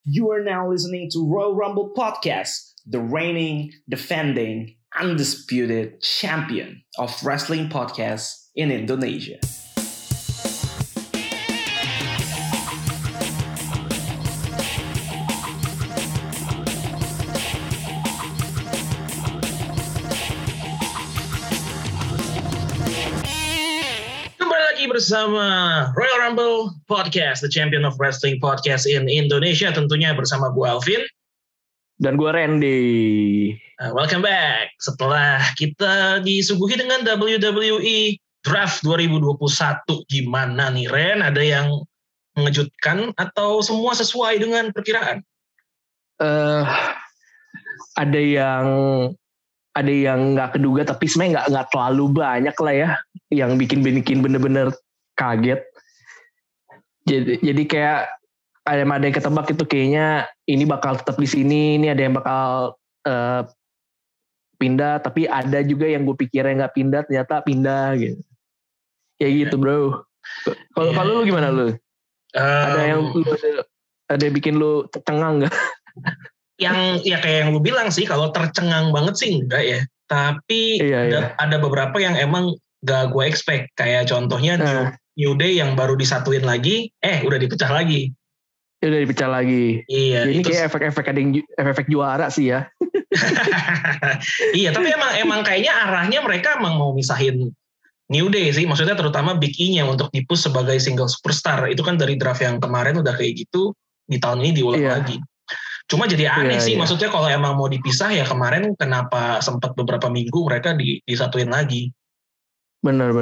You are now listening to Royal Rumble Podcast, the reigning, defending, undisputed champion of wrestling podcasts in Indonesia. Bersama Royal Rumble Podcast, the champion of wrestling podcast in Indonesia, tentunya bersama gue Alvin dan gue Randy. Welcome back. Setelah kita disuguhi dengan WWE Draft 2021, gimana nih Ren? Ada yang mengejutkan atau semua sesuai dengan perkiraan? Ada yang nggak keduga, tapi sebenarnya nggak terlalu banyak lah ya yang bikin bener-bener kaget. Jadi kayak ada yang ketebak itu kayaknya ini bakal tetap di sini, ini ada yang bakal pindah, tapi ada juga yang gue pikirnya nggak pindah ternyata pindah gitu. Kayak gitu bro. Kalau lu gimana lu? Ada yang bikin lu tercengang nggak? Yang ya kayak yang lu bilang sih, kalau tercengang banget sih enggak ya. Tapi ada beberapa yang emang gak gue expect. Kayak contohnya New Day yang baru disatuin lagi, udah dipecah lagi. Udah dipecah lagi. Iya. Ini kayak efek juara sih ya. Iya, tapi emang kayaknya arahnya mereka emang mau misahin New Day sih. Maksudnya terutama Big E-nya untuk dipush sebagai single superstar. Itu kan dari draft yang kemarin udah kayak gitu, di tahun ini diulang lagi. Cuma jadi aneh sih, maksudnya kalau emang mau dipisah ya kemarin kenapa sempat beberapa minggu mereka disatuin lagi. Bener.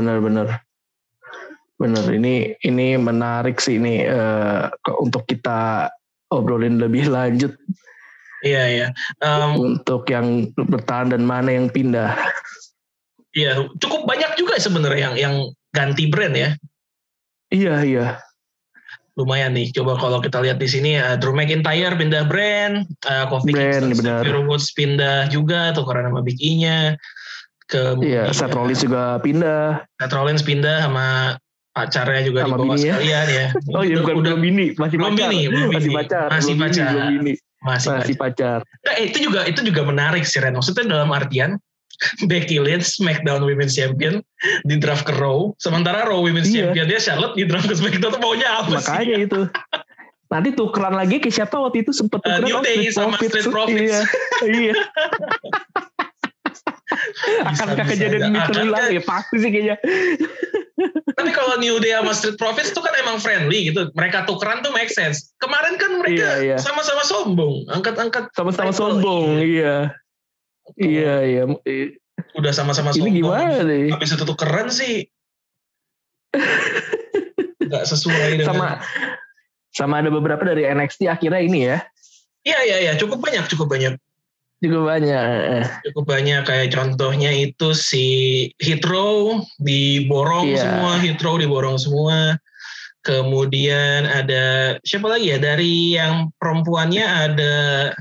Ini menarik sih ini untuk kita obrolin lebih lanjut. Iya. Untuk yang bertahan dan mana yang pindah. Iya, cukup banyak juga sebenarnya yang ganti brand ya. Iya. Lumayan nih, coba kalau kita lihat di sini Drew McIntyre pindah brand, Kofi Kingston, Xavier Woods pindah juga tuh karena nama Big E-nya. Kemudian Seth Rollins juga pindah. Seth Rollins pindah sama pacarnya juga sama dibawa sekalian ya. Oh iya, bukan bini, masih pacar. Nah, itu juga menarik sih Ren. Maksudnya dalam artian Becky Lynch SmackDown Women's Champion di draft ke Raw, sementara Raw Women's Champion dia Charlotte di draft ke SmackDown, tuh maunya apa sih? Makanya itu. Nanti tukeran lagi ke siapa waktu itu sempat tukeran New Day sama Street Profits. Iya. Akankah kejadian itu ulang? Ya pasti sih kayaknya. Tapi kalau New Day sama Street Profits itu kan emang friendly gitu. Mereka tukeran tuh make sense. Kemarin kan mereka sama-sama sombong, angkat-angkat. Sama-sama sombong, iya. Iya. Udah sama-sama sombong. Ini gimana nih? Habis itu tukeran sih. Gak sesuai dengan. Sama ada beberapa dari NXT akhirnya ini ya. Iya. Cukup banyak. Cukup banyak Kayak contohnya itu si Hit Row diborong semua. Kemudian ada siapa lagi ya? Dari yang perempuannya ada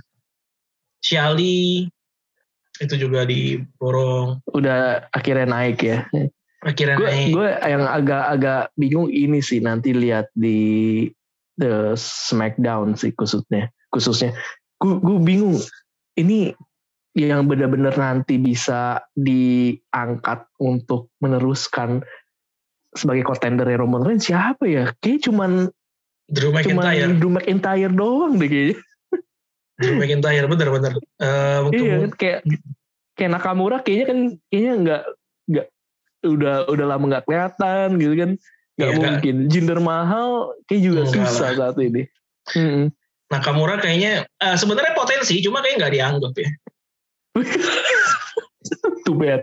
Shali. Itu juga diborong. Udah akhirnya naik ya. Gue yang agak bingung ini sih nanti lihat di The SmackDown sih khususnya. Gue bingung. Ini yang benar-benar nanti bisa diangkat untuk meneruskan sebagai contender Roman Reigns siapa ya? Kayaknya cuman Drew McIntyre doang deh kayaknya. Drew McIntyre bener. Iya kayak Nakamura kayaknya nggak udah lama nggak kelihatan gitu kan, nggak mungkin. Jinder Mahal kayak juga susah saat ini. Nakamura kayaknya sebenarnya potensi, cuma kayak nggak dianggap ya. Too bad.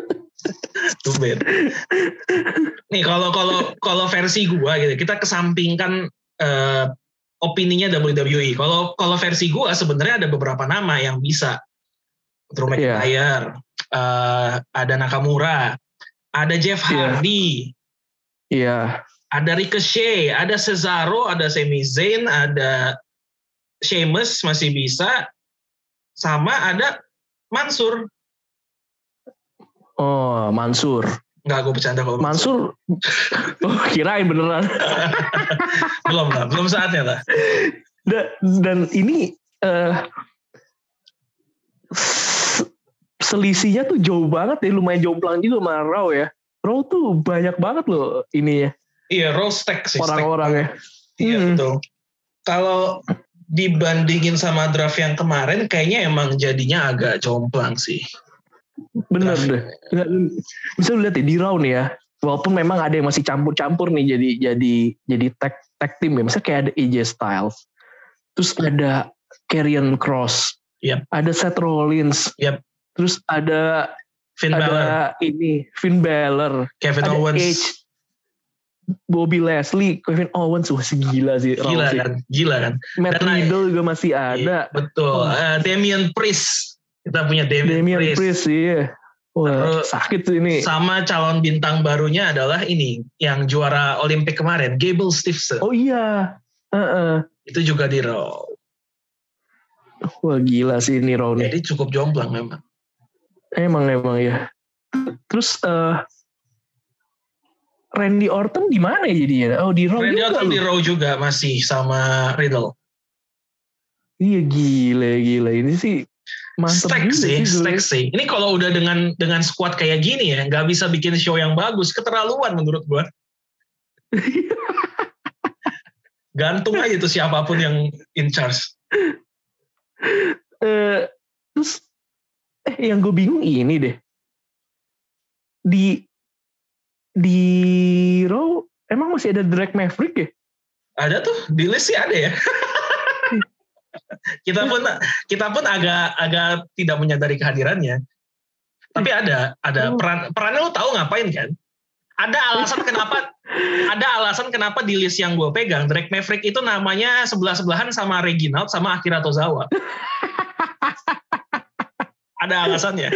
Nih kalau versi gua gitu, kita kesampingkan opininya WWE. Kalau versi gue sebenarnya ada beberapa nama yang bisa. Drew McIntyre, ada Nakamura, ada Jeff Hardy, ada Ricochet, ada Cesaro, ada Sami Zayn, ada Sheamus masih bisa, sama ada Mansur. Oh, Mansur. Enggak, gue bercanda kalau Mansur. Oh, kirain beneran. Belum saatnya lah. Dan ini selisihnya tuh jauh banget ya, lumayan jomplang juga sama Raw ya. Raw tuh banyak banget loh ini ya. Iya, Raw stack sih. Orang-orang ya. Iya betul. Kalau dibandingin sama draft yang kemarin, kayaknya emang jadinya agak jomplang sih. Bener deh. Bisa lihat ya di Raw nih ya. Walaupun memang ada yang masih campur-campur nih jadi tag team ya. Misalnya kayak ada AJ Styles. Terus ada Karrion Kross. Yep. Ada Seth Rollins. Yep. Terus ada Finn Balor. Kevin Owens. Edge, Bobby Lashley, Kevin Owens. Wah, gila sih. Gila kan. Matt Riddle juga masih ada. Betul. Damian Priest. Kita punya Damian Priest. Iya. Wah, sakit sih ini. Sama calon bintang barunya adalah ini, yang juara Olimpik kemarin, Gable Steveson. Oh iya. Itu juga di Raw. Wah, gila sih ini Raw nih. Jadi cukup jomplang memang. Emang ya. Terus Randy Orton di mana ya jadinya? Oh, di Raw. Randy Orton di Raw juga masih sama Riddle. Iya, gila. Ini sih mantap stack sih. Ini kalau udah dengan squad kayak gini ya, nggak bisa bikin show yang bagus, keterlaluan menurut gua. Gantung aja tuh siapapun yang in charge. Terus yang gue bingung ini deh, di Raw emang masih ada Drake Maverick ya? Ada tuh, di list sih ada ya. kita pun agak tidak menyadari kehadirannya. Tapi ada perannya lo tahu ngapain kan? Ada alasan kenapa di list yang gue pegang Drake Maverick itu namanya sebelah-sebelahan sama Reginald sama Akira Tozawa. Ada alasannya.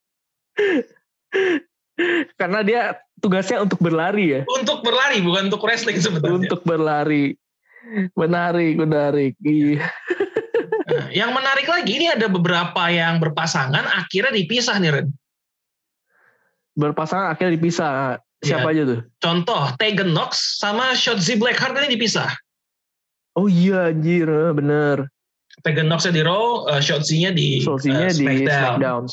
Karena dia tugasnya untuk berlari ya. Untuk berlari, bukan untuk wrestling sebenarnya. Untuk berlari. Menarik. Iya. Nah, yang menarik lagi, ini ada beberapa yang berpasangan akhirnya dipisah nih, Ren. Berpasangan akhirnya dipisah. Siapa aja tuh? Contoh, Tegan Nox sama Shotzi Blackheart ini dipisah. Oh iya, anjir, bener. Tegan Nox-nya di Raw, Shotzi-nya di SmackDown.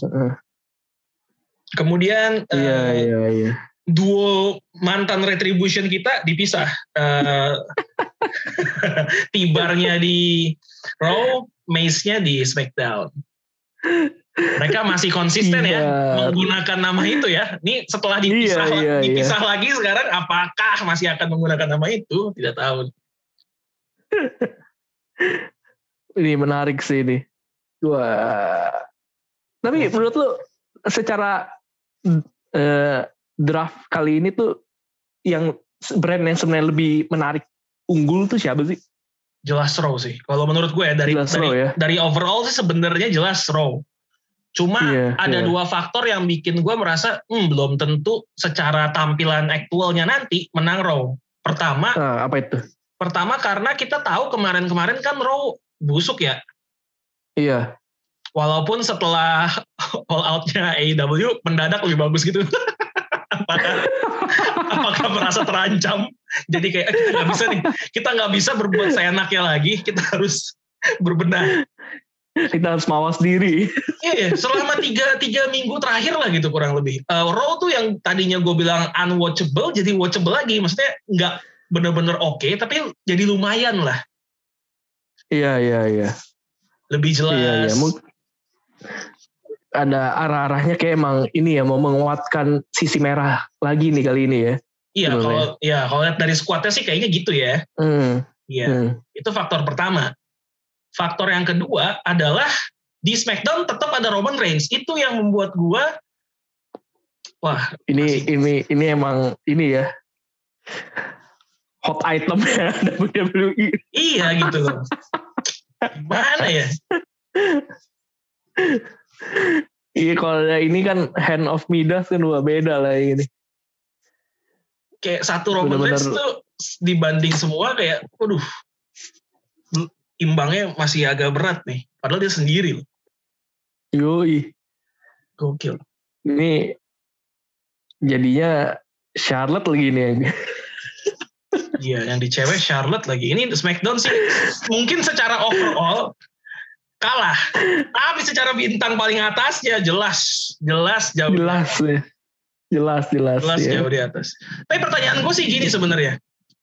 Kemudian iya. Duo mantan Retribution kita dipisah. Tibarnya di Raw, Mace-nya di SmackDown. Mereka masih konsisten ya menggunakan nama itu ya. Ini setelah dipisah lagi sekarang, apakah masih akan menggunakan nama itu? Tidak tahu. Ini menarik sih ini. Wah. Tapi menurut lu secara draft kali ini tuh yang brand yang sebenarnya lebih menarik, unggul tuh siapa sih? Jelas Raw sih. Kalau menurut gue ya dari overall sih sebenarnya jelas Raw. Cuma ada dua faktor yang bikin gue merasa belum tentu secara tampilan aktualnya nanti menang Raw. Pertama, apa itu? Pertama karena kita tahu kemarin-kemarin kan Raw busuk ya. Iya. Walaupun setelah all out-nya AEW mendadak lebih bagus gitu. Apakah merasa terancam? Jadi kayak kita nggak bisa berbuat seenaknya lagi. Kita harus berbenah. Kita harus mawas diri. Iya, selama 3 minggu terakhir lah gitu kurang lebih. Raw tuh yang tadinya gue bilang unwatchable jadi watchable lagi. Maksudnya nggak bener-bener oke, tapi jadi lumayan lah. Iya. Lebih jelas. Iya. Ada arah-arahnya kayak emang ini ya mau menguatkan sisi merah lagi nih kali ini ya. Iya, kalau lihat dari squadnya sih kayaknya gitu ya. Iya. Itu faktor pertama. Faktor yang kedua adalah di SmackDown tetap ada Roman Reigns. Itu yang membuat gua ini emang ini ya. Hot item ya WWE. Iya gitu loh. Gimana ya? Iya kalau ini kan Hand of Midas kan beda lah ini. Kayak satu Roman Reigns tuh dibanding semua kayak, waduh, imbangnya masih agak berat nih. Padahal dia sendiri loh. Yoi. Gokil. Ini jadinya Charlotte lagi nih. Iya, yang di cewek Charlotte lagi. Ini SmackDown sih mungkin secara overall kalah. Tapi secara bintang paling atasnya jelas jauh. Jelas ya. Jauh di atas. Tapi pertanyaan gue sih gini sebenarnya.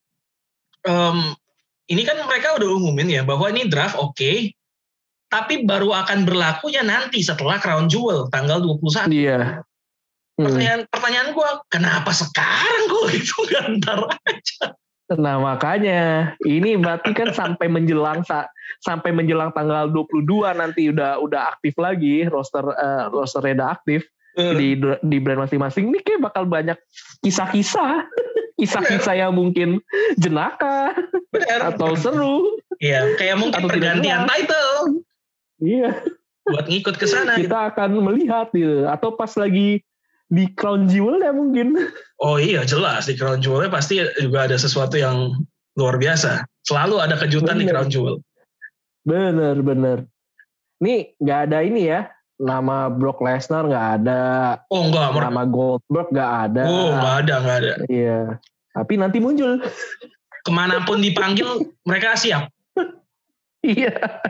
Ini kan mereka udah umumin ya bahwa ini draft oke, tapi baru akan berlakunya nanti setelah Crown Jewel tanggal 21. Iya. Pertanyaan gue, kenapa sekarang gue itu ntar aja? Nah makanya ini berarti kan sampai menjelang tanggal 22 nanti udah aktif lagi rosternya udah aktif di brand masing-masing. Ini kayak bakal banyak kisah-kisah yang mungkin jenaka atau seru. Iya, kayak mungkin pergantian title. Iya. Buat ngikut ke sana. Kita akan melihat gitu. Atau pas lagi di Crown Jewel ya mungkin. Oh iya jelas di Crown Jewel pasti juga ada sesuatu yang luar biasa. Selalu ada kejutan di Crown Jewel. Bener. Nih nggak ada ini ya. Nama Brock Lesnar nggak ada. Oh enggak. Nama Goldberg nggak ada. Oh nggak ada. Iya. Tapi nanti muncul. Kemanapun dipanggil mereka siap. Iya.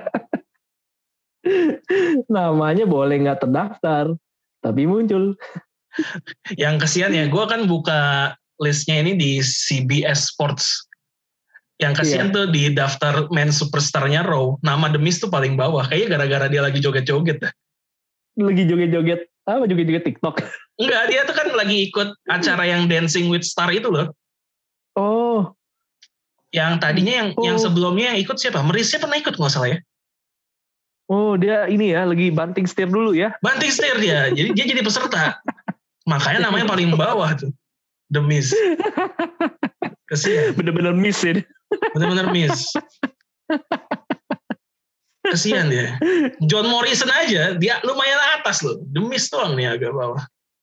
Namanya boleh nggak terdaftar. Tapi muncul. Yang kesian ya, gue kan buka listnya ini di CBS Sports. Yang kesian tuh di daftar men superstarnya Raw, nama The Miz tuh paling bawah. Kayaknya gara-gara dia lagi joget-joget. Lagi joget-joget? Apa joget-joget TikTok? Enggak, dia tuh kan lagi ikut acara yang Dancing with Star itu loh. Oh. Yang tadinya yang sebelumnya yang ikut siapa? Maryse pernah ikut nggak salah ya? Oh dia ini ya, lagi banting setir dulu ya? Banting setir dia, jadi dia jadi peserta. Makanya namanya paling bawah tuh. The Miz. Kesian. Bener-bener miss ya. Bener-bener miss. Kesian dia. John Morrison aja, dia lumayan atas loh. The Miz doang nih agak bawah.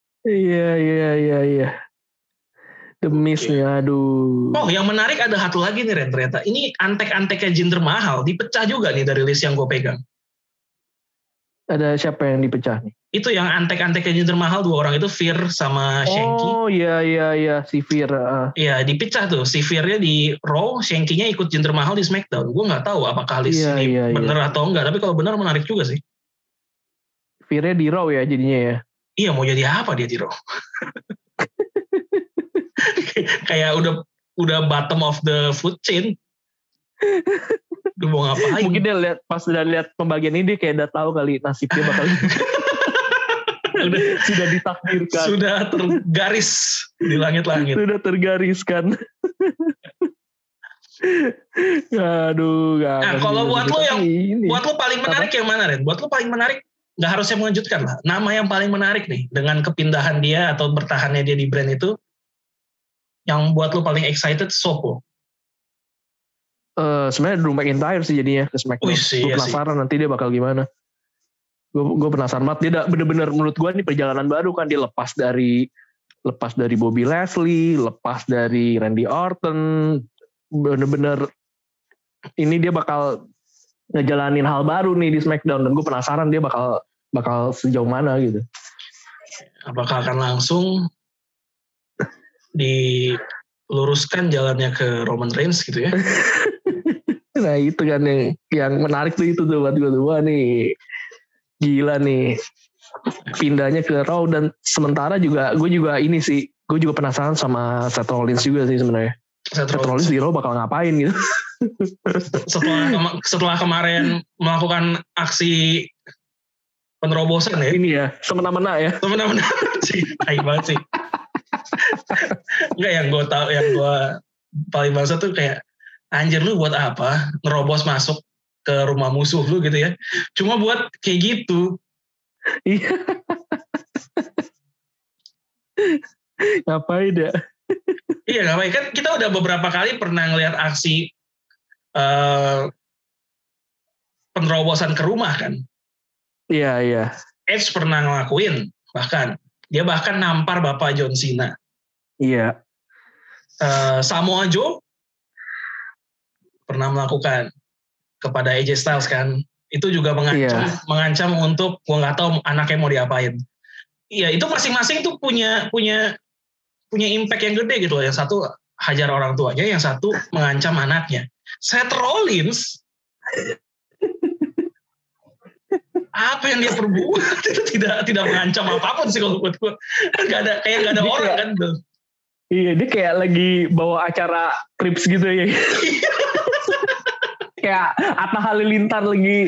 Iya. The Miz nih, aduh. Oh yang menarik ada satu lagi nih Ren, ternyata. Ini antek-anteknya Jinder Mahal, dipecah juga nih dari list yang gue pegang. Ada siapa yang dipecah nih? Itu yang antek-anteknya Jinder Mahal, 2 orang itu Veer sama Shanky. Oh iya si Veer. Iya dipecah tuh, si Veer-nya di Raw, Shanky-nya ikut Jinder Mahal di SmackDown. Gue nggak tahu apakah list ini bener atau enggak, tapi kalau benar menarik juga sih. Veer-nya di Raw ya jadinya ya? Iya mau jadi apa dia di Raw? Kayak udah bottom of the food chain. Dia mau ngapain? Mungkin dia pas udah lihat pembagian ini dia kayak udah tahu kali nasibnya bakal sudah ditakdirkan. Sudah tergaris di langit-langit. Sudah tergariskan. Aduh. Nah kalau buat lo paling menarik yang mana Ren? Buat lo paling menarik nggak harusnya mengejutkan lah. Nama yang paling menarik nih dengan kepindahan dia atau bertahannya dia di brand itu, yang buat lo paling excited Sopo? Sebenarnya Drew McIntyre sih jadinya ke SmackDown. Gue penasaran nanti dia bakal gimana. Gue penasaran banget. Dia bener-bener menurut gue nih perjalanan baru kan. Dia lepas dari Bobby Lashley, lepas dari Randy Orton. Bener-bener ini dia bakal ngejalanin hal baru nih di SmackDown. Dan gue penasaran dia bakal sejauh mana gitu. Apakah akan langsung diluruskan jalannya ke Roman Reigns gitu ya? Nah itu kan yang menarik tuh itu buat gue tuh. Wah nih gila nih pindahnya ke Raw. Dan sementara juga gue juga penasaran sama Seth Rollins juga sih sebenarnya. Seth Rollins di Raw bakal ngapain gitu. setelah kemarin melakukan aksi penerobosan ya. Ini ya semena-mena ya. Semena-mena sih. Baik banget sih. Enggak, yang gue tahu, yang gue paling bangsa tuh kayak anjir lu buat apa ngerobos masuk ke rumah musuh lu gitu ya, cuma buat kayak gitu. Iya. Ngapain ya? Iya ngapain, kan kita udah beberapa kali pernah ngelihat aksi penerobosan ke rumah kan. Iya. Edge pernah ngelakuin, bahkan nampar Bapak John Cena. Iya. Samoa Joe pernah melakukan kepada AJ Styles kan. Itu juga mengancam untuk gua nggak tahu anaknya mau diapain. Iya, itu masing-masing tuh punya impact yang gede gitu loh. Yang satu hajar orang tuanya, yang satu mengancam anaknya. Seth Rollins, apa yang dia perbuat itu tidak mengancam apapun sih kalau buat gue. Kayak nggak ada orang kan tuh. Iya, dia kayak lagi bawa acara Crips gitu ya. Kayak Atta Halilintar lagi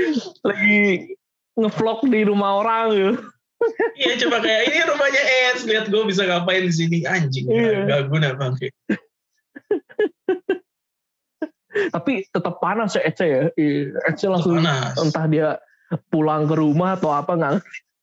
ngevlog di rumah orang gitu. Iya, coba kayak ini rumahnya Eds, lihat gue bisa ngapain di sini, anjing. Gak guna bangke. Tapi tetap panas ya Eds ya. Eds langsung panas. Entah dia pulang ke rumah atau apa nggak.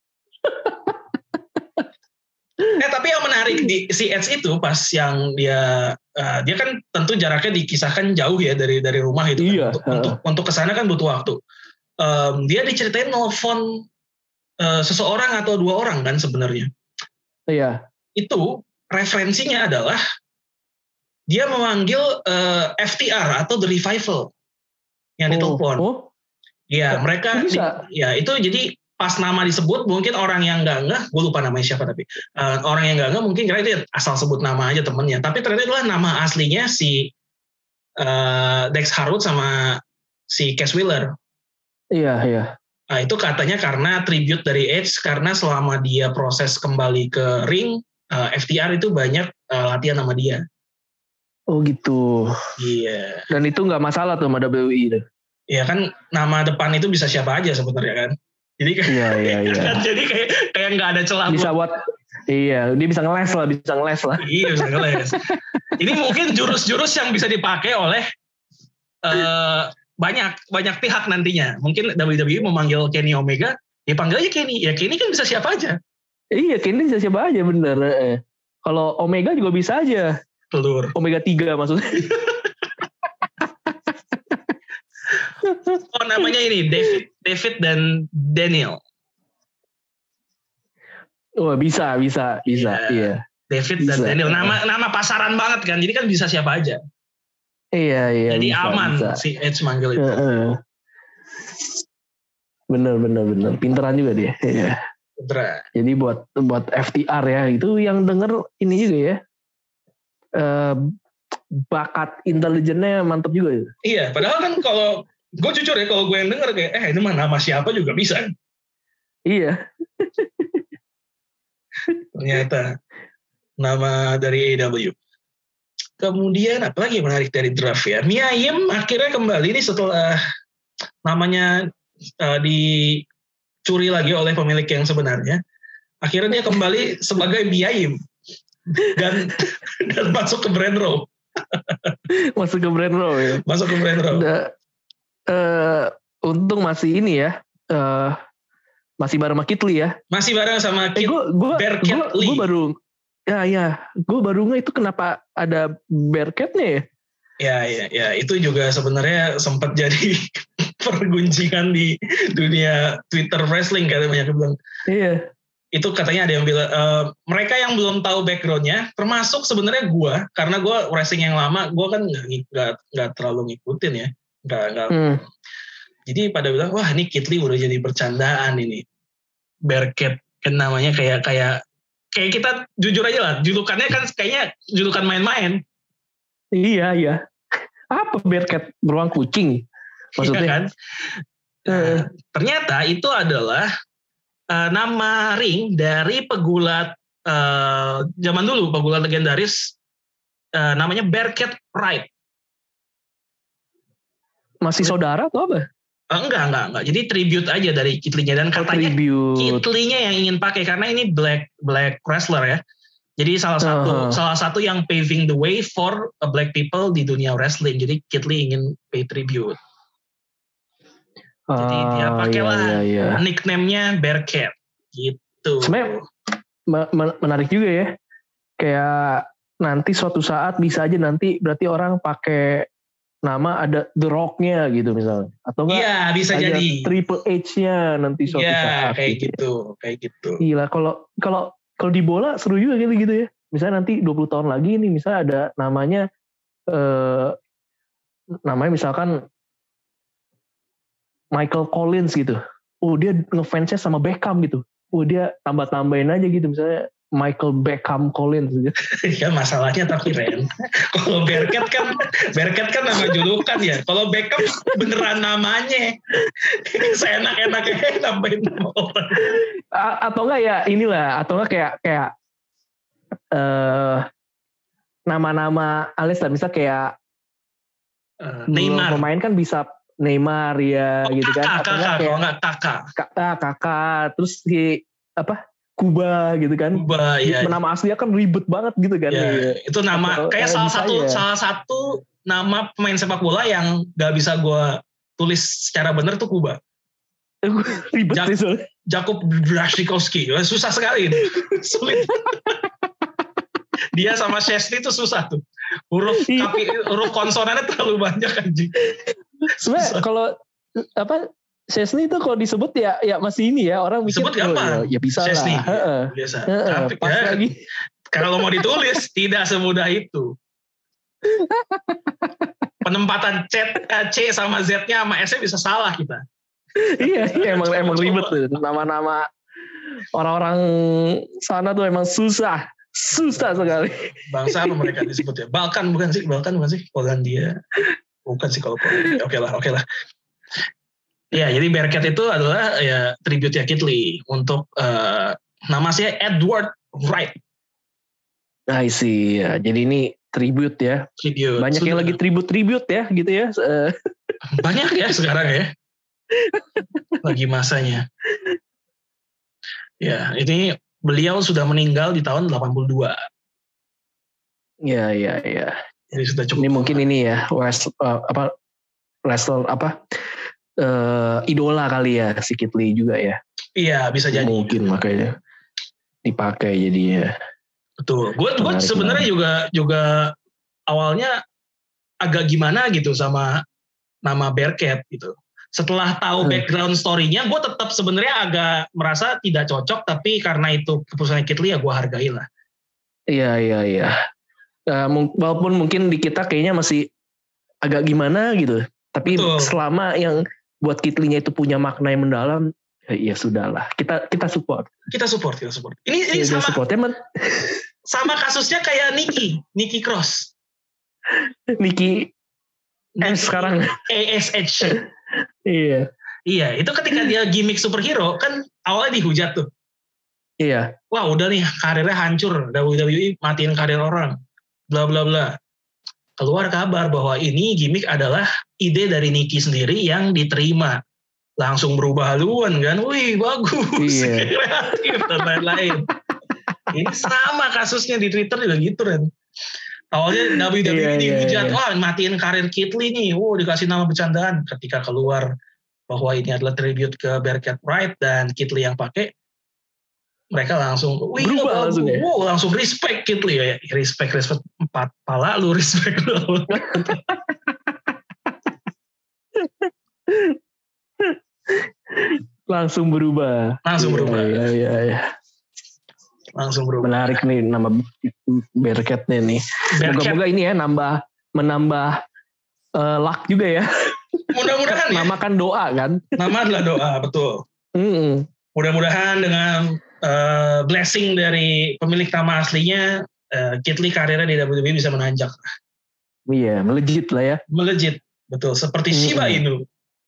Tapi yang menarik di si Eds itu pas yang dia kan tentu jaraknya dikisahkan jauh ya dari rumah itu kan. Untuk kesana kan butuh waktu. Dia diceritain nelfon seseorang atau 2 orang kan sebenarnya. Iya. Itu referensinya adalah dia memanggil FTR atau The Revival yang ditelepon. Iya, mereka ya itu jadi pas nama disebut mungkin orang yang nggak ngeh, gue lupa namanya siapa tapi orang yang nggak ngeh mungkin kira itu asal sebut nama aja temennya, tapi ternyata itulah nama aslinya si Dax Harwood sama si Cass Wheeler. Iya. Nah, itu katanya karena tribute dari Edge, karena selama dia proses kembali ke ring, FTR itu banyak latihan sama dia. Oh gitu. Iya. Dan itu nggak masalah tuh sama WWE tuh. Iya kan, nama depan itu bisa siapa aja sebenarnya kan. Jadi kan, iya. Jadi kayak nggak ada celah. Bisa buat, iya, dia bisa ngeles lah. Iya, bisa ngeles. Ini mungkin jurus-jurus yang bisa dipakai oleh banyak pihak nantinya. Mungkin WWE memanggil Kenny Omega, dipanggil aja Kenny. Ya Kenny kan bisa siapa aja. Iya, Kenny bisa siapa aja bener. Kalau Omega juga bisa aja. Telur. Omega 3 maksudnya. Oh, namanya ini David dan Daniel. Oh, bisa. Iya. David bisa, dan Daniel. Nama pasaran banget kan. Jadi kan bisa siapa aja. Iya. Jadi bisa, aman bisa. Si Edge manggil itu. Bener. Pinteran juga dia. Iya. Pinteran. Jadi buat FTR ya, itu yang denger ini juga ya. Bakat intelijennya mantap juga ya. Iya, padahal kan kalau gue jujur ya, kalau gue yang denger kayak ini mah nama siapa juga bisa. Iya. Ternyata nama dari AEW. Kemudian apalagi yang menarik dari draft ya? Mia Yim akhirnya kembali nih setelah namanya dicuri lagi oleh pemilik yang sebenarnya. Akhirnya dia kembali sebagai Mia Yim dan masuk ke Brand Raw. Masuk ke Brand Raw ya. Masuk ke Brand Raw. Untung masih ini ya. Masih bareng sama Kit Lee ya. Masih bareng sama Kit Lee. Gue baru gue baru nggak itu kenapa ada Bearcat-nya ya? Ya, itu juga sebenarnya sempat jadi pergunjingan di dunia Twitter wrestling, katanya banyak yang bilang. Iya. Itu katanya ada yang bilang, mereka yang belum tahu background-nya, termasuk sebenarnya gue, karena gue wrestling yang lama, gue kan nggak terlalu ngikutin ya. Jadi pada bilang, wah ini Kit Lee udah jadi bercandaan ini. Bearcat, kan namanya kayak kita jujur aja lah, julukannya kan kayaknya julukan main-main. Iya. Apa Bearcat, beruang kucing maksudnya? Iya kan? Ternyata itu adalah nama ring dari pegulat zaman dulu, pegulat legendaris namanya Bearcat Pride. Masih saudara atau apa? Enggak. Jadi tribute aja dari Kit Lee-nya, dan katanya Kit Lee-nya yang ingin pakai karena ini black wrestler ya. Jadi salah satu yang paving the way for black people di dunia wrestling. Jadi Kit Lee ingin pay tribute. Jadi dia pakailah nickname-nya Bearcat gitu. Sebenarnya menarik juga ya. Kayak nanti suatu saat bisa aja nanti berarti orang pakai nama ada The Rock-nya gitu misalnya, atau enggak? Iya, bisa ada jadi Triple H-nya nanti suatu saat. Kayak gitu. Gila, kalau di bola seru juga gitu ya. Misalnya nanti 20 tahun lagi nih, misalnya ada namanya misalkan Michael Collins gitu. Oh, dia ngefansnya sama Beckham gitu. Oh, dia tambah-tambahin aja gitu misalnya Michael Beckham Collins gitu. Ya masalahnya tapi Ren, kalau Berket kan nama julukan ya. Kalau Beckham beneran namanya. Seenak-enaknya nambahin nama orang. Atau enggak ya inilah, atau enggak kayak nama-nama alis lah, misal kayak Neymar. Pemain kan bisa Neymar ya gitu kan. Kakak. Terus si Kuba gitu kan. Kuba ya. Nama aslinya kan ribet banget gitu kan. Ya, itu nama kayak salah satu nama pemain sepak bola yang gak bisa gue tulis secara benar tuh Kuba. Ribet sih soalnya. Jakub Błaszczykowski. Susah sekali. Sulit. Dia sama Szczęsny itu susah tuh. Huruf konsonannya terlalu banyak anjing. Sebenarnya kalau Szczęsny itu kalau disebut ya masih ini ya, orang mikir disebut gampang. Ya bisa Szczęsny, lah. Biasa. Tapi pas lagi kalau mau ditulis tidak semudah itu. Penempatan C sama Z-nya sama S-nya bisa salah kita. Iya emang ribet tuh. Nama-nama orang-orang sana tuh emang susah sekali. Bangsa apa mereka disebut ya? Balkan bukan sih? Polandia. Bukan sih kalau Polandia. Oke lah. Ya, jadi Bearcat itu adalah ya tribute ya Kit Lee untuk nama saya Edward Wright. I see. Ya, jadi ini tribute ya. Banyak yang lagi tribute ya gitu ya. Banyak ya sekarang ya. Lagi masanya. Ya, ini beliau sudah meninggal di tahun 82. Ya. Jadi sudah cukup. Ini mungkin ini ya wrestler idola kali ya si Kit Lee juga ya. Iya, bisa jadi. Mungkin makanya dipakai jadinya. Betul. Gue sebenarnya juga awalnya agak gimana gitu sama nama Bearcat gitu. Setelah tahu background story-nya, gue tetap sebenarnya agak merasa tidak cocok, tapi karena itu keputusan Kit Lee ya gue hargai lah. Iya. Walaupun mungkin di kita kayaknya masih agak gimana gitu, tapi betul. Selama yang buat Kit Lee-nya itu punya makna yang mendalam, ya sudahlah. Kita support. Kita support. Ini sama kasusnya kayak Nikki Cross. Nikki sekarang ASH. Iya, itu ketika dia gimmick superhero kan awalnya dihujat tuh. Iya. Wah, udah nih karirnya hancur, WWE matiin karir orang. Bla bla bla. Keluar kabar bahwa ini gimmick adalah ide dari Nikki sendiri yang diterima. Langsung berubah haluan kan. Wih, bagus. Iya. Kreatif dan lain-lain. Ini sama kasusnya di Twitter juga gitu kan. Awalnya WWE dihujat, wah matiin karir Kit Lee nih. Dikasih nama bercandaan. Ketika keluar bahwa ini adalah tribute ke Bearcat Wright dan Kit Lee yang pakai, mereka langsung berubah langsung ya. Langsung respect Kit Lee ya. Respect 4 pala lu respect lu. Langsung berubah. Iya. Langsung berubah. Menarik nih nama Bearcat nih. Moga-moga ini ya menambah luck juga ya. Mudah-mudahan ya. Nama kan doa kan. Nama adalah doa, betul. Mudah-mudahan dengan blessing dari pemilik nama aslinya, Kit Lee karirnya di WWE bisa menanjak. Iya, melejit lah ya. Melejit, betul. Seperti Shiba Inu.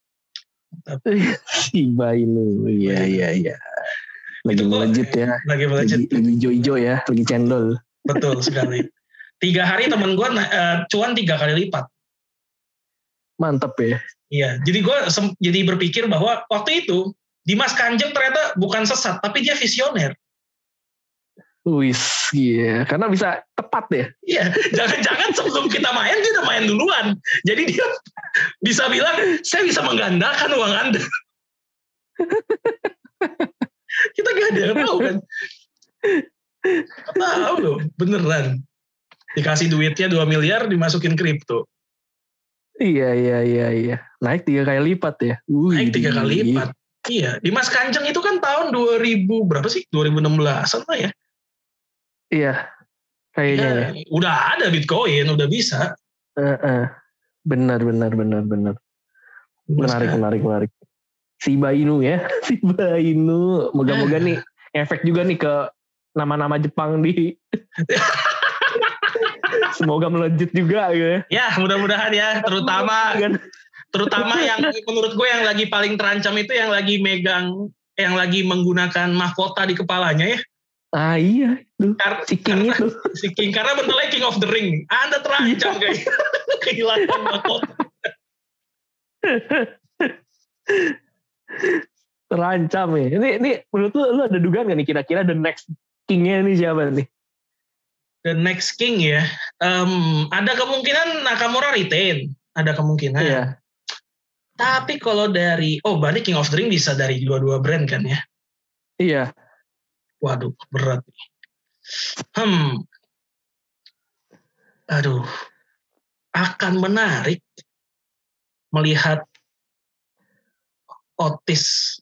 Shiba Inu, iya. Lagi melejit ya. Lagi melejit. Lagi hijau-hijau ya, lagi cendol. Betul sekali. 3 hari temen gue cuan 3 kali lipat. Mantap ya. Iya, jadi gue jadi berpikir bahwa waktu itu Dimas Kanjeng ternyata bukan sesat, tapi dia visioner. Wis, iya. Karena bisa tepat ya. Iya, jangan-jangan sebelum kita main, dia udah main duluan. Jadi dia bisa bilang, saya bisa menggandakan uang Anda. Kita gak ada yang tahu kan. Tahu loh, beneran. Dikasih duitnya 2 miliar, dimasukin kripto. Iya. Naik 3 kali lipat ya. Naik 3 kali lipat. Iya, Dimas Kanjeng itu kan tahun 2000 berapa sih? 2016-an lah ya. Iya, kayaknya ya. Udah ada Bitcoin, udah bisa. Benar. Menarik. Shiba Inu ya. Moga-moga nih efek juga nih ke nama-nama Jepang di semoga melejit juga gitu ya. Ya, mudah-mudahan ya, terutama yang menurut gue yang lagi paling terancam itu yang lagi menggunakan mahkota di kepalanya ya. Ah iya, si King itu. Si King, karena bentuknya King of the Ring. Anda terancam kayak kehilangan mahkota. Terancam ya. Ini menurut lu ada dugaan gak nih kira-kira the next King-nya ini siapa nih? The next King ya. Ada kemungkinan Nakamura retain. Ada kemungkinan. Iya. Tapi kalau berarti King of the Ring bisa dari dua-dua brand kan ya? Iya. Waduh, berat. Aduh. Akan menarik melihat Otis.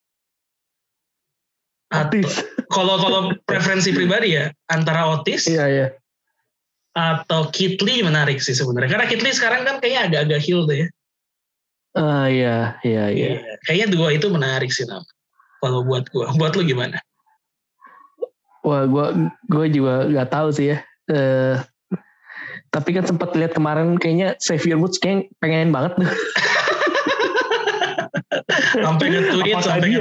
Kalau preferensi pribadi ya, antara Otis iya. atau Keith Lee menarik sih sebenarnya. Karena Keith Lee sekarang kan kayaknya agak-agak heel tuh ya. Iya. Kayaknya dua itu menarik sih nama. Kalau buat gue, buat lu gimana? Wah, gue juga nggak tahu sih ya. Tapi kan sempat lihat kemarin kayaknya Xavier Woods kayak pengen banget tuh. Sampai nge-tweet.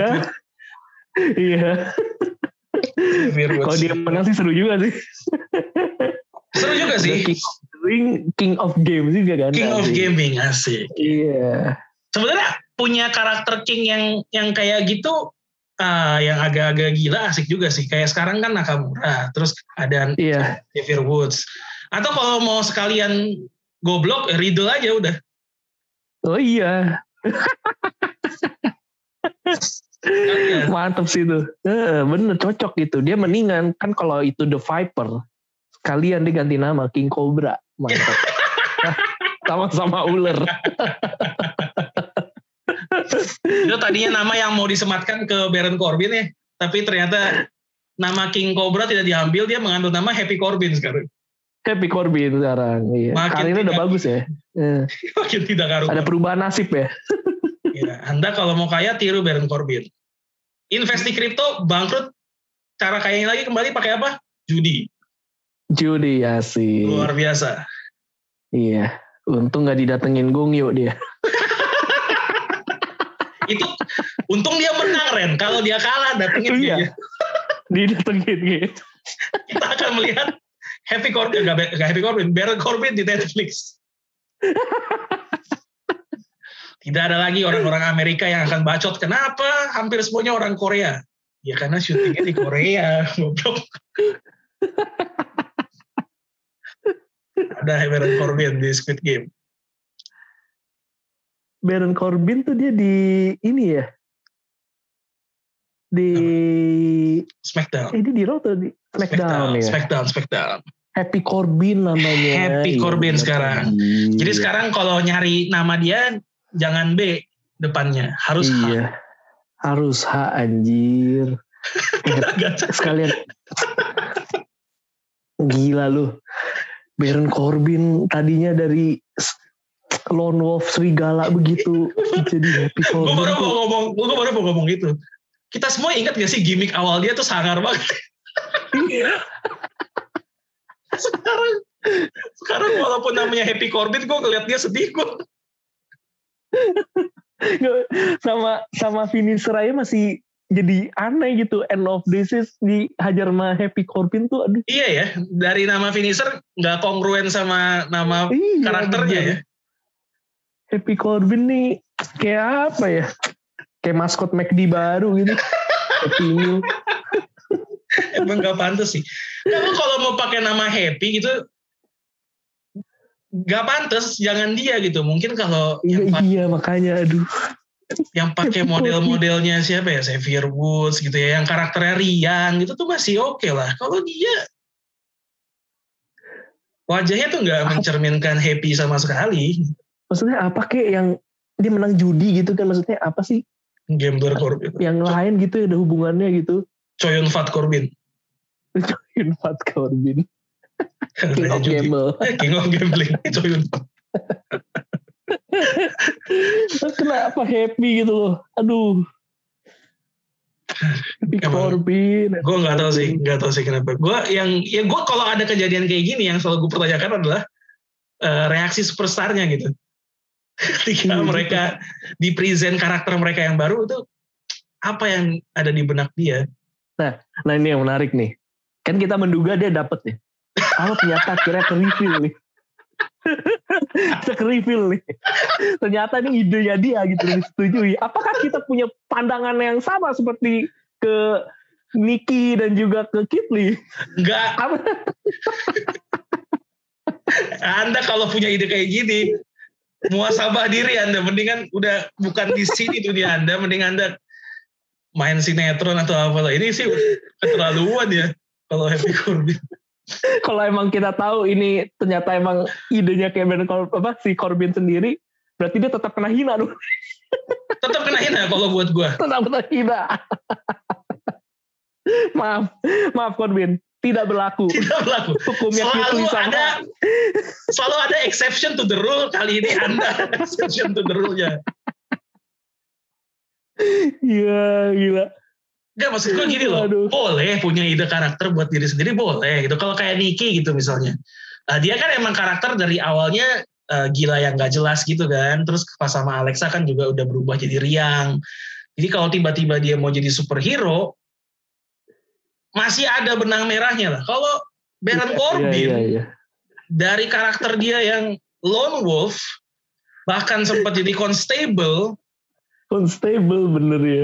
Iya. Kalau dia menang sih seru juga sih. Seru juga sih. King of Game juga kan. King of Gaming asik. Iya. Sebenarnya punya karakter King yang kayak gitu, yang agak-agak gila asik juga sih. Kayak sekarang kan Nakamura, terus ada Xavier Woods. Atau kalau mau sekalian goblok, Riddle aja udah. Oh iya. Mantap sih itu. Bener cocok gitu. Dia mendingan kan kalau itu The Viper, sekalian diganti nama King Cobra. Mantap. Sama-sama ular. Itu tadinya nama yang mau disematkan ke Baron Corbin ya, tapi ternyata nama King Cobra tidak diambil, dia mengambil nama Happy Corbin sekarang. Happy Corbin sekarang. Iya. Karirnya udah bagus ya. Makin tidak karuan. Ada perubahan nasib ya. Ya, Anda kalau mau kaya tiru Baron Corbin. Invest di kripto, bangkrut, cara kayanya lagi kembali pakai apa? Judi ya sih. Luar biasa. Iya, untung gak didatengin Gongyo dia. Itu untung dia menang Ren. Kalau dia kalah datengin dia. Didatengin gitu. Kita akan melihat Happy Corbin, gak Happy Corbin, Baron Corbin di Netflix. Tidak ada lagi orang-orang Amerika yang akan bacot. Kenapa hampir semuanya orang Korea? Ya karena syutingnya di Korea. Goblok. Ada Baron Corbin di Squid Game. Baron Corbin tuh dia di ini ya? Di SmackDown. Ini di Raw tuh di SmackDown ya? SmackDown. Happy Corbin namanya. Happy Corbin sekarang. Jadi sekarang kalau nyari nama dia, jangan B depannya, harus H. Harus H anjir. Sekalian. Gila lu. Baron Corbin tadinya dari Lone Wolf Serigala begitu jadi Happy Corbin. Gue baru mau ngomong gitu. Kita semua ingat gak sih gimmick awal dia tuh sangar banget. Iya. Sekarang walaupun namanya Happy Corbin, gue ngeliat dia sedih gue. sama finisher aja masih jadi aneh gitu. End of disease dihajar sama Happy Corbin tuh aduh. Iya ya, dari nama finisher gak kongruen sama nama karakternya ya. Happy Corbin nih kayak apa ya, kayak maskot McD baru gitu. Happy Meal. Emang gak pantas sih. Kamu kalau mau pakai nama Happy gitu gak pantas, jangan dia gitu. Mungkin kalau makanya aduh. Yang pakai model-modelnya siapa ya, Xavier Woods gitu ya, yang karakternya riang gitu tuh masih oke lah. Kalau dia wajahnya tuh nggak mencerminkan Happy sama sekali. Maksudnya apa kek yang dia menang judi gitu kan, maksudnya apa sih? Gambler Corbin. Yang lain gitu ada hubungannya gitu. Choyun Fat Corbin. Choyun Fat Corbin. King of Gamble. King of Gambling. Choyun Fat. Kenapa Happy gitu loh. Aduh. Corbin. Gue nggak tahu sih kenapa. Gue kalau ada kejadian kayak gini yang selalu gue pertanyakan adalah reaksi superstarnya gitu. Ketika mereka di present karakter mereka yang baru itu apa yang ada di benak dia. Nah ini yang menarik nih. Kan kita menduga dia dapet nih. Ternyata akhirnya ke-reveal nih. Bisa ke-reveal nih. Ternyata ini idenya dia gitu, disetujui. Apakah kita punya pandangan yang sama seperti ke Nicky dan juga ke Kitli? Enggak. Anda kalau punya ide kayak gini, muhasabah diri Anda. Mendingan udah bukan di sini dunia Anda. Mending Anda main sinetron atau apa. Ini sih keterlaluan ya kalau Happy Corbin. Kalau emang kita tahu ini ternyata emang idenya kayak si Corbin sendiri, berarti dia tetap kena hina dong. Tetap kena hina kalau buat gue. Tetap kena hina. Maaf Corbin, tidak berlaku. Hukumnya selalu ada exception to the rule. Kali ini Anda exception to the rule-nya. Iya, gila. Enggak, maksud gue gini loh. Boleh punya ide karakter buat diri sendiri, boleh gitu. Kalau kayak Nicky gitu misalnya. Dia kan emang karakter dari awalnya gila yang gak jelas gitu kan. Terus pas sama Alexa kan juga udah berubah jadi riang. Jadi kalau tiba-tiba dia mau jadi superhero, masih ada benang merahnya lah. Kalau Baron Corbin, dari karakter dia yang lone wolf, bahkan sempat jadi constable bener ya.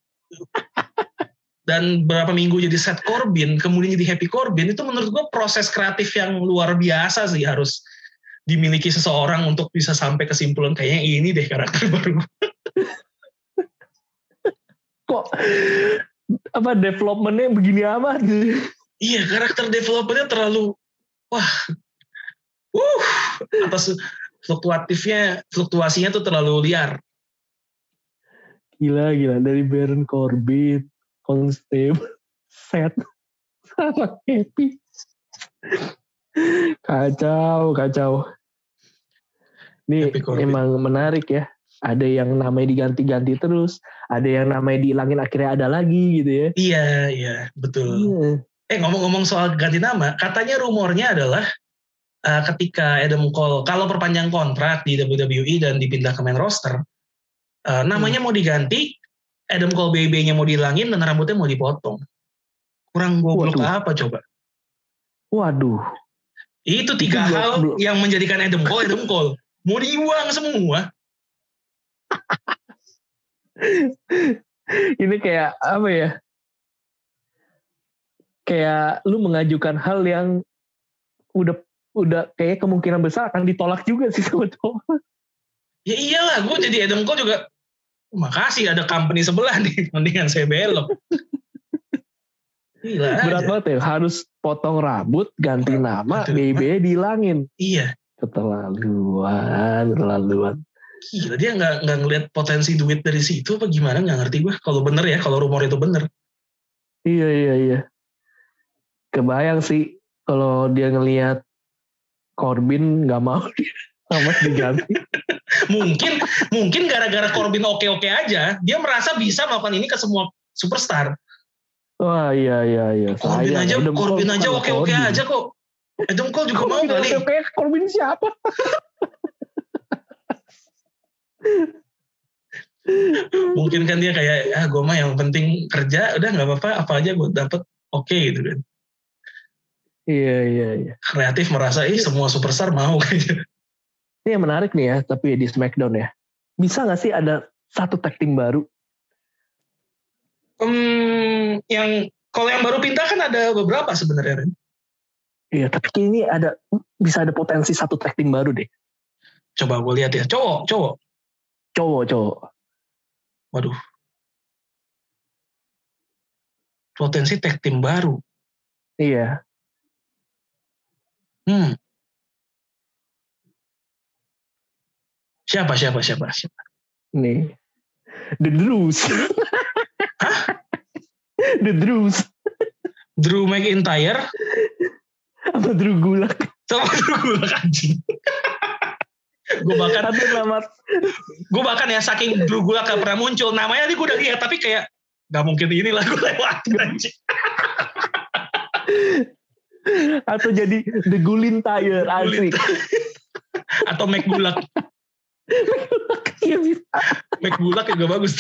Dan berapa minggu jadi Seth Corbin, kemudian jadi Happy Corbin, itu menurut gue proses kreatif yang luar biasa sih harus dimiliki seseorang untuk bisa sampai kesimpulan kayaknya ini deh karakter baru. Kok developmentnya begini amat? Iya, karakter developmentnya terlalu atas fluktuasinya tuh terlalu liar. Gila dari Baron Corbin, Constable, Seth, sama Happy. Kacau. Ini emang menarik ya. Ada yang namanya diganti-ganti terus, ada yang namanya dihilangin akhirnya ada lagi gitu ya. Iya, betul. Ngomong-ngomong soal ganti nama, katanya rumornya adalah ketika Adam Cole kalau perpanjang kontrak di WWE dan dipindah ke main roster, namanya mau diganti, Adam Cole BB-nya mau dihilangin dan rambutnya mau dipotong. Kurang goblok apa coba? Waduh. Itu 3 hal yang menjadikan Adam Cole. Mau dibuang semua. Ini kayak apa ya? Kayak lu mengajukan hal yang udah kayak kemungkinan besar akan ditolak juga sih sama cowok. Ya iyalah, gue jadi Adam Cole juga. Makasih ada company sebelah nih, mendingan saya belok. Gila berat aja. Banget ya, harus potong rambut, ganti nama, BB dihilangin. Iya. Keterlaluan. Gila, dia nggak ngelihat potensi duit dari situ apa gimana, nggak ngerti gue. Kalau bener ya, kalau rumor itu bener. Iya. Kebayang sih kalau dia ngelihat Corbin nggak mau sama diganti. mungkin gara-gara Corbin oke aja, dia merasa bisa melakukan ini ke semua superstar. Wah iya. Corbin aja oke aja kok. Adam Cole juga mau kali. Oke, Corbin siapa? Mungkin kan dia kayak gue mah yang penting kerja, udah nggak apa-apa aja gue dapet oke gitu kan. Iya. Kreatif merasa semua superstar mau kayaknya. Ini yang menarik nih ya, tapi di SmackDown ya. Bisa gak sih ada satu tag team baru? Kalau yang baru pindah kan ada beberapa sebenarnya, Ren. Iya, tapi ini bisa ada potensi satu tag team baru deh. Coba gue lihat ya. Cowok. Waduh. Potensi tag team baru. Iya. Siapa? Nih. The Drews. Hah? The Drews. Drew McIntyre? Apa Drew Gulak? Sama Drew Gulak anjing. Gue bahkan ya saking Drew Gulak gak pernah muncul. Namanya tadi gue udah lihat, tapi kayak Gak mungkin ini lagu lewat anjing. Atau jadi The Gulin Tire asik. Atau Mac Bulak. Iya bisa. Mac Bulak juga bagus.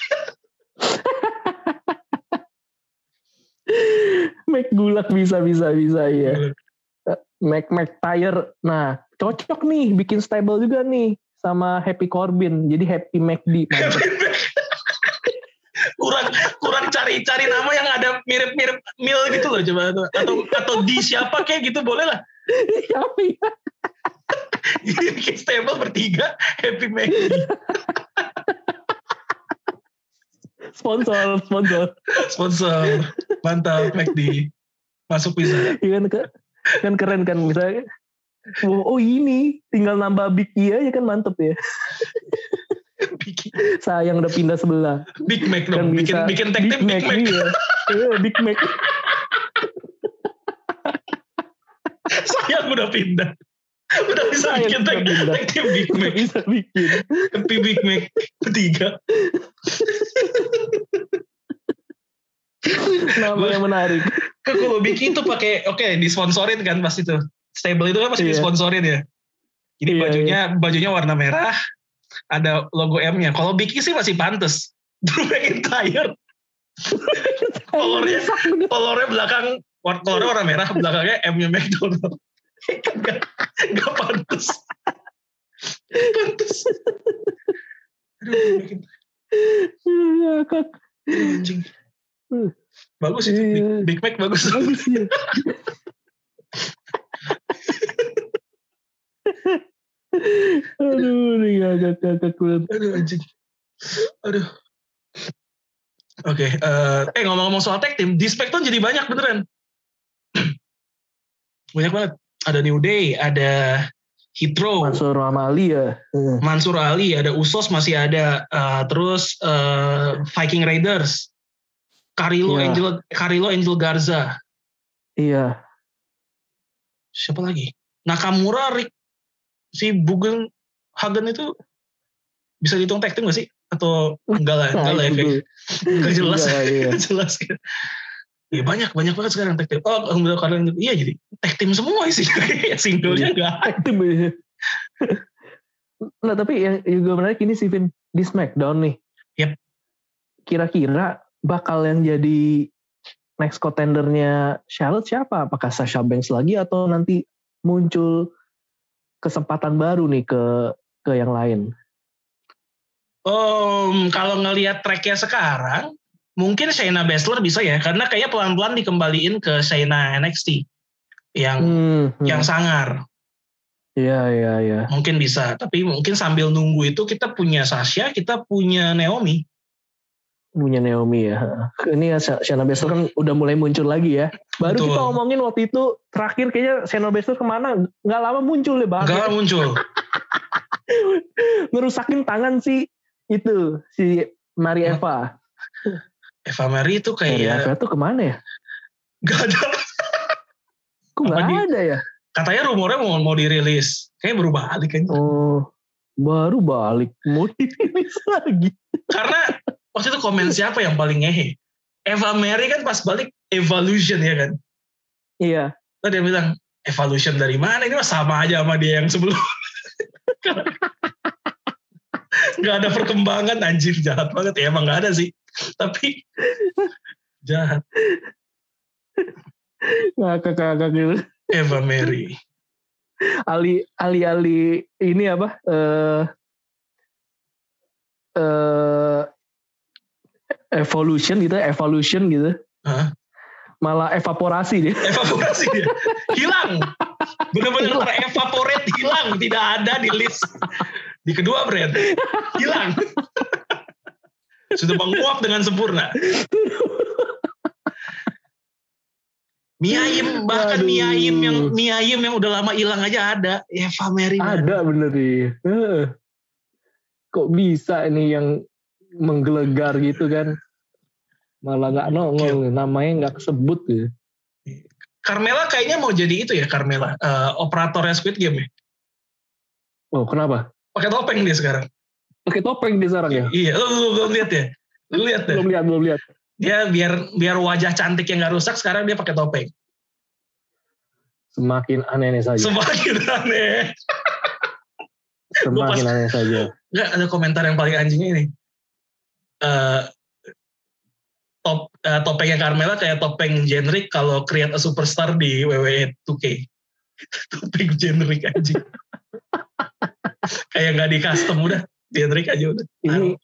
Mac Bulak bisa ya. Mac Tire. Nah, cocok nih bikin stable juga nih sama Happy Corbin. Jadi Happy McD. kurang cari nama yang ada mirip-mirip Mil gitu loh coba atau di siapa kayak gitu boleh lah. Siapa ya? Jadi bikin stable bertiga Happy McD. Sponsor. Mantap McD. Masuk bisa. Iya kan keren kan misalnya. Oh ini tinggal nambah Big E aja kan mantep ya. Sayang udah pindah sebelah. Big Mac dong. Kan bikin tag team Big Mac. Iya, Big Mac. Sayang udah pindah. Udah bisa bikin tag team Big Mac. Bisa bikin. Happy Big Mac bertiga. Nama yang menarik. Kalau bikin tuh pakai disponsorin kan pasti tuh. Stable itu kan pasti disponsorin ya. Jadi bajunya warna merah, ada logo M-nya. Kalau Big E sih masih pantes. Drew McIntyre. Kolornya belakang kolornya warna merah, belakangnya M-nya McDonald. Gak pantes. Aduh, anjing. Bagus itu. Big Mac bagus. Ya. Aduh, ini agak kulit. Aduh, anjing. Aduh. Oke, ngomong-ngomong soal tag team, di SmackDown jadi banyak beneran. Banyak banget. Ada New Day, ada Hit Row. Mansur Ali ya. Mansur Ali, ada Usos masih ada. Terus Viking Raiders. Carrillo Angel Garza. Iya. Siapa lagi? Nakamura, si Bugen Hagen itu bisa dihitung tag team gak sih? Atau enggak lah ya kayak enggak jelas. Enggak jelas. Ya banyak banget sekarang tag team. Oh, karena iya jadi tag team semua sih. Singlenya enggak tag team ya. Nah, tapi yang juga menarik ini sih Vin di SmackDown nih. Yep. Kira-kira bakal yang jadi next contendernya Charlotte siapa? Apakah Sasha Banks lagi atau nanti muncul kesempatan baru nih ke yang lain? Kalau ngelihat tracknya sekarang, mungkin Shayna Baszler bisa ya, karena kayaknya pelan-pelan dikembaliin ke Shayna NXT yang sangar. Iya. Mungkin bisa, tapi mungkin sambil nunggu itu kita punya Sasha, kita punya Naomi. Ya. Ini Shayna Baszler kan udah mulai muncul lagi ya. Baru Betul. Kita ngomongin waktu itu terakhir kayaknya Shayna Baszler kemana? Nggak lama muncul deh Bang. Nggak muncul. Ngerusakin tangan si Mari Eva. Eva Mari itu kayak. Eva tuh kemana ya? Nggak ada. Kok nggak ada ya? Katanya rumornya mau dirilis. Kayaknya baru balik kan. Oh, baru balik. Mau dirilis lagi. Karena waktu itu komen siapa yang paling ngehe? Eva Mary kan pas balik Evolution ya kan? Iya. Terus dia bilang, Evolution dari mana? Ini mah sama aja sama dia yang sebelum. Gak ada perkembangan, anjir jahat banget. Ya emang gak ada sih. Tapi jahat. Ngakak gitu. Eva Mary. Ali ini apa? Evolution gitu. Hah? Malah evaporasi dia. Hilang. Benar-benar evaporate, hilang. Tidak ada di list. Di kedua brand. Hilang. Sudah menguap dengan sempurna. Bahkan Mia Yim yang udah lama hilang aja ada. Eva Mary. Ada bener nih. Kok bisa ini yang menggelegar gitu kan? Malah nggak nongol, namanya nggak kesebut gitu. Carmella kayaknya mau jadi itu ya, Carmella, operatornya Squid Game ya. Oh kenapa? Pakai topeng dia sekarang. Pakai topeng dia sekarang ya? Iya, lu lihat ya. Lu lihat deh. Belum lihat. Dia biar wajah cantik yang nggak rusak, sekarang dia pakai topeng. Semakin aneh saja. Semakin aneh. Semakin aneh saja. Nggak, ada komentar yang paling anjingnya ini. Topengnya Carmella kayak topeng generic kalau create a superstar di WWE 2K. Topeng generic anjing. Kayak nggak di custom, udah generic aja udah. Ini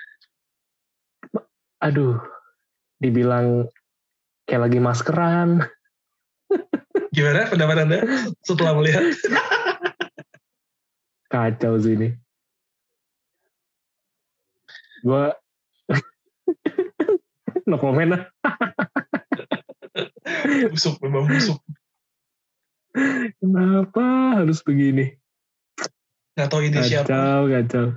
aduh, dibilang kayak lagi maskeran. Gimana pendapat Anda setelah melihat? Kacau sih ini. Gue no comment lah. Memang busuk. Kenapa harus begini? Gak tahu ini siapa. Kacau.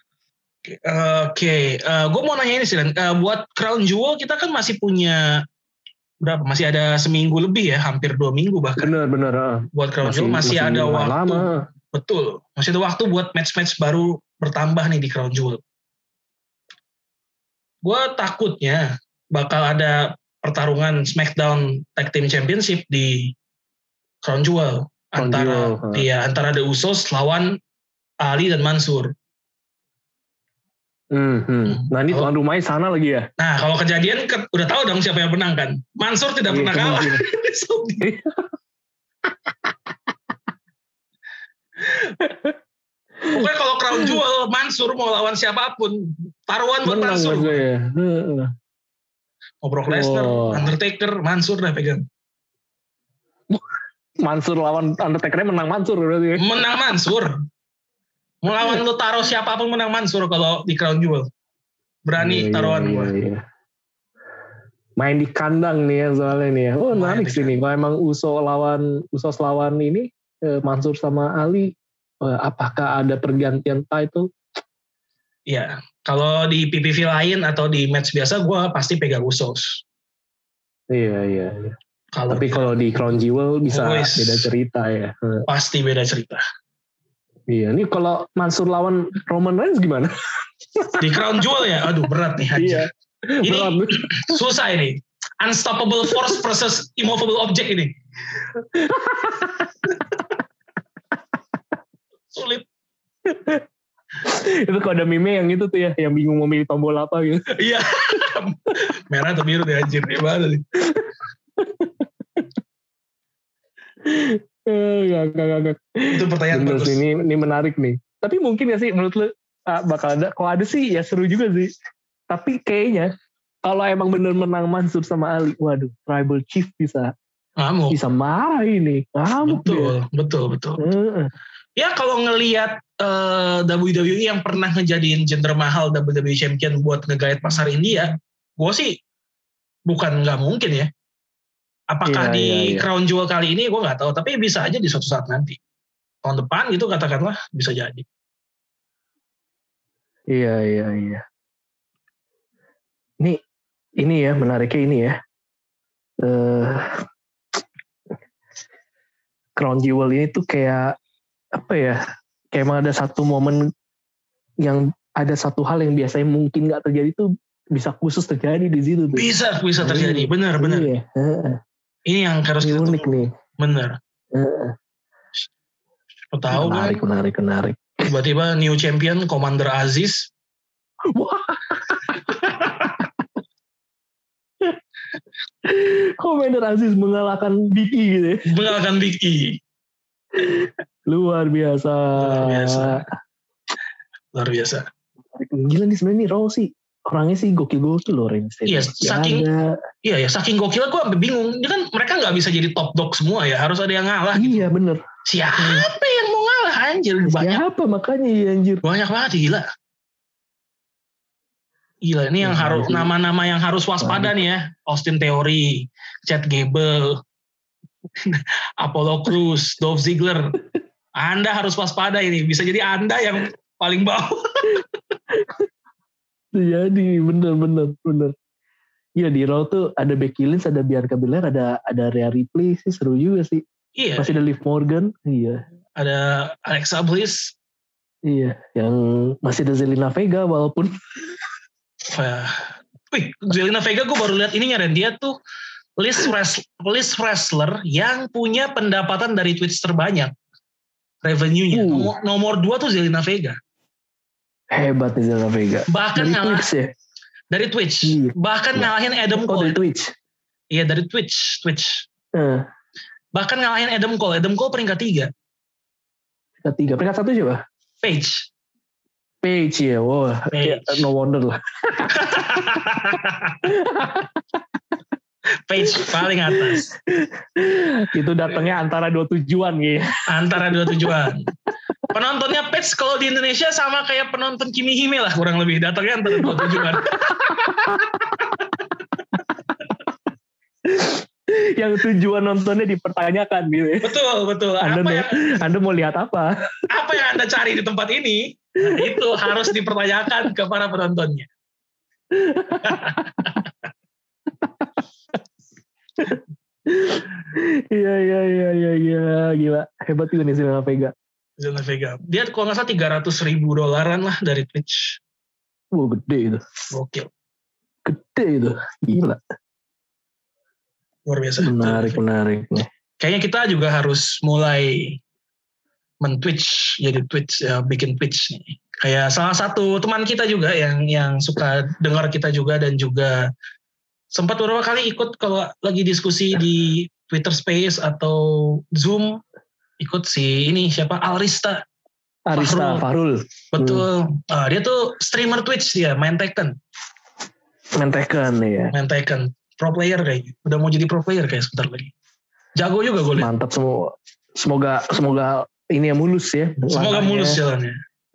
Oke. Gue mau nanya ini sih, buat Crown Jewel kita kan masih punya berapa? Masih ada seminggu lebih ya, hampir 2 minggu bahkan. Bener. Buat Crown Jewel masih ada waktu. Lama. Betul. Masih ada waktu buat match-match baru bertambah nih di Crown Jewel. Gue takutnya bakal ada pertarungan SmackDown Tag Team Championship di Crown Jewel. Antara The Usos lawan Ali dan Mansur. Nah ini tuan rumahnya sana lagi ya. Nah kalau kejadian udah tahu dong siapa yang menang kan. Mansur tidak pernah kalah. Pokoknya kalau Crown Jewel Mansur mau lawan siapapun, taruhan buat Mansur. Ya. Mau Brock Lesnar, Undertaker, Mansur dah pegang. Mansur lawan Undertaker menang Mansur berarti. Menang Mansur. Mau lawan lu taruh siapapun menang Mansur kalau di Crown Jewel. Berani taruhan gue. Iya. Main di kandang nih ya soalnya nih ya. Oh menarik sih nih. Kalau emang Usos lawan ini Mansur sama Ali, apakah ada pergantian title? Iya. Kalau di PPV lain atau di match biasa gue pasti pegang Usos. Iya. Tapi kalau di Crown Jewel bisa beda cerita ya. Pasti beda cerita. Iya, ini kalau Mansur lawan Roman Reigns gimana? Di Crown Jewel ya, aduh berat nih anjir. Iya, ini susah ini. Unstoppable Force versus Immovable Object ini. Sulit. Itu kalau ada meme yang itu tuh ya, yang bingung mau milih tombol apa gitu. Iya. Merah atau biru deh anjir, gimana nih? Gak. Itu pertanyaan bagus. Ini menarik nih. Tapi mungkin ya sih menurut lu bakal ada. Kalau ada sih ya seru juga sih. Tapi kayaknya kalau emang bener menang Mansur sama Ali, waduh, Tribal Chief bisa marah ini. Betul. Ya kalau ngelihat WWE yang pernah ngejadiin Jinder Mahal WWE Champion buat ngegait pasar India, gue sih bukan nggak mungkin ya. Apakah di Crown Jewel kali ini gue nggak tahu, tapi bisa aja di suatu saat nanti. Tahun depan gitu katakanlah bisa jadi. Iya. Ini ya menariknya ini ya. Crown Jewel ini tuh kayak apa ya? Kayak emang ada satu momen yang ada satu hal yang biasanya mungkin nggak terjadi tuh bisa khusus terjadi di situ tuh. Bisa terjadi, benar. Iya. Ini yang harus kita unik nih. Benar. Tahu menarik. Tiba-tiba new champion Commander Aziz. Commander Aziz mengalahkan Big E gitu ya. Mengalahkan Big E. Luar biasa. Gila nih sebenarnya nih Raw sih. Orangnya sih gokil loh Rey Mysterio. Iya, saking gokil gue sampai bingung. Ini kan mereka nggak bisa jadi top dog semua ya, harus ada yang ngalah. Iya gitu. Bener. Siapa yang mau ngalah anjir? Siapa makanya anjir? Banyak banget gila. Ini yang harus nama-nama yang harus waspada nih ya. Austin Theory, Chad Gable, Apollo Crews, Dolph Ziggler. Anda harus waspada ini. Bisa jadi Anda yang paling bawah. Jadi bener. Iya di Raw tuh ada Becky Lynch, ada Bianca Belair, ada Rhea Ripley sih, seru juga sih. Iya. Masih ada Liv Morgan. Iya. Ada Alexa Bliss. Iya, yang masih ada Zelina Vega walaupun Zelina Vega gue baru lihat ininya, Ren. Dia tuh list wrestler yang punya pendapatan dari Twitch terbanyak. Revenue-nya. Nomor 2 tuh Zelina Vega. Hebat nih Zelina Vega. Bahkan dari Twitch ya? Dari Twitch. Bahkan ngalahin Adam Cole. Dari Twitch? Iya, dari Twitch. Bahkan ngalahin Adam Cole. Adam Cole peringkat 3. Peringkat 1 siapa? Page ya, wow. Ya, no wonder lah. Page paling atas. Itu datangnya antara 2 tujuan gitu. Antara 2 tujuan. Penontonnya Page kalau di Indonesia sama kayak penonton Kimi Hime lah kurang lebih. Datangnya antara 2 tujuan. Yang tujuan nontonnya dipertanyakan gitu. Betul. Anda mau lihat apa? Apa yang Anda cari di tempat ini? Nah, itu harus dipertanyakan ke para penontonnya. Iya, gila. Hebat juga nih Zelina Vega. Dia kalau nggak salah $300,000 lah dari Twitch. Gede itu. Gokil. Gede itu, gila. Luar biasa. Menarik nih. Kayaknya kita juga harus mulai men-Twitch, jadi Twitch, ya, bikin Twitch nih. Kayak salah satu teman kita juga yang suka dengar kita juga dan juga sempat beberapa kali ikut kalau lagi diskusi di Twitter Space atau Zoom, ikut si ini siapa? Arista Fahrul. Betul. Dia tuh streamer Twitch, dia main Tekken. Main Tekken. Pro player kayaknya. Udah mau jadi pro player kayak sebentar lagi. Jago juga gue lihat. Mantap semua. Semoga ini yang mulus ya. Semoga mulus jalannya.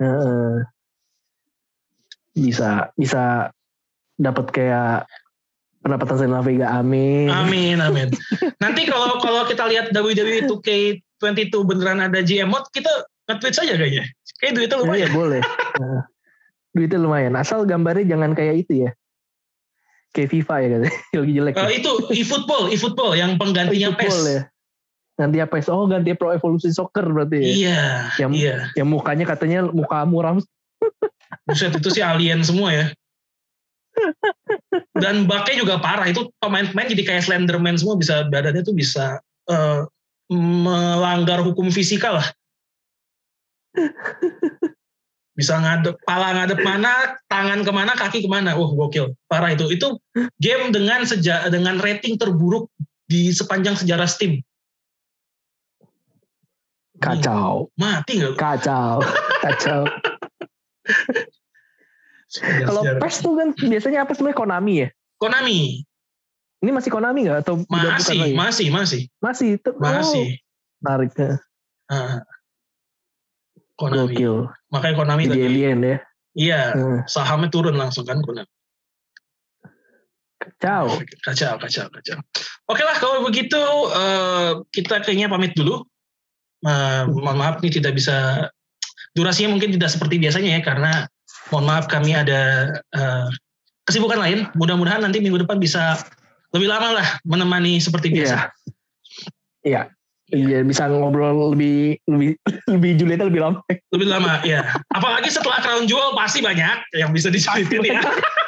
Bisa dapat kayak pendapatan Zelina Vega. Amin. Nanti kalau kita lihat WWE 2K22 beneran ada GM mode, kita nge-tweet saja kayaknya. Kayak duitnya lumayan. Iya, boleh. Duitnya lumayan. Asal gambarnya jangan kayak itu ya. Kayak FIFA ya katanya. Lagi jelek. Itu eFootball yang penggantinya PES. Ya. Gantinya PES. Oh, ganti Pro Evolution Soccer berarti ya. Iya. Yang mukanya katanya muka muram. Buset, itu sih alien semua ya. Dan baknya juga parah. Itu pemain-pemain jadi kayak Slenderman semua, bisa badannya tuh bisa melanggar hukum fisika lah. Bisa pala ngadep mana, tangan kemana, kaki kemana. Gokil. Parah itu. Itu game dengan rating terburuk di sepanjang sejarah Steam. Kacau. Mati nggak? Kacau. Kalau PES tuh kan biasanya apa sebenarnya, Konami ya? Konami. Ini masih Konami nggak? Atau masih. Menarik. Konami. Gokil. Makanya Konami jadi alien ya. Iya, sahamnya turun langsung kan Konami. Kacau. Oke lah, kalau begitu kita kayaknya pamit dulu. Mohon maaf nih tidak bisa, durasinya mungkin tidak seperti biasanya ya, karena mohon maaf kami ada kesibukan lain. Mudah-mudahan nanti minggu depan bisa lebih lama lah menemani seperti biasa. Iya. Iya, bisa ngobrol lebih Julietnya lebih lama. Lebih lama, ya. Apalagi setelah Crown Jewel pasti banyak yang bisa diceritain ya.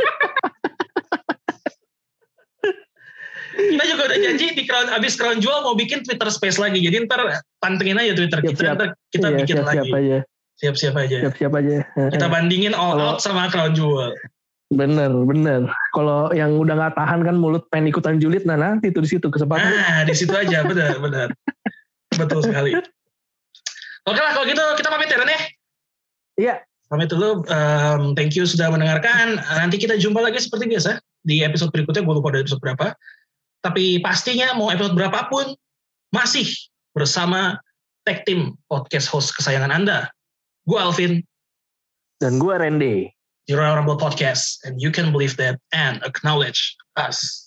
Kita juga udah janji abis Crown Jewel mau bikin Twitter Space lagi. Jadi ntar pantengin aja Twitter kita. Ntar kita bikin lagi. Siap-siap aja. Kita bandingin All Out sama Crown Jewel. Bener. Kalau yang udah nggak tahan kan mulut pengen ikutan Juliet, nah nanti tuh di situ kesempatan. Di situ aja, benar. Betul sekali. Oke lah, kalau gitu kita pamit ya, Ren ya? Iya. Pamit dulu. Thank you sudah mendengarkan. Nanti kita jumpa lagi seperti biasa di episode berikutnya. Gue lupa dari episode berapa. Tapi pastinya mau episode berapapun masih bersama Tag Team Podcast host kesayangan Anda. Gue Alvin. Dan gue Randy. Di Royal Rumble Podcast. And you can believe that and acknowledge us.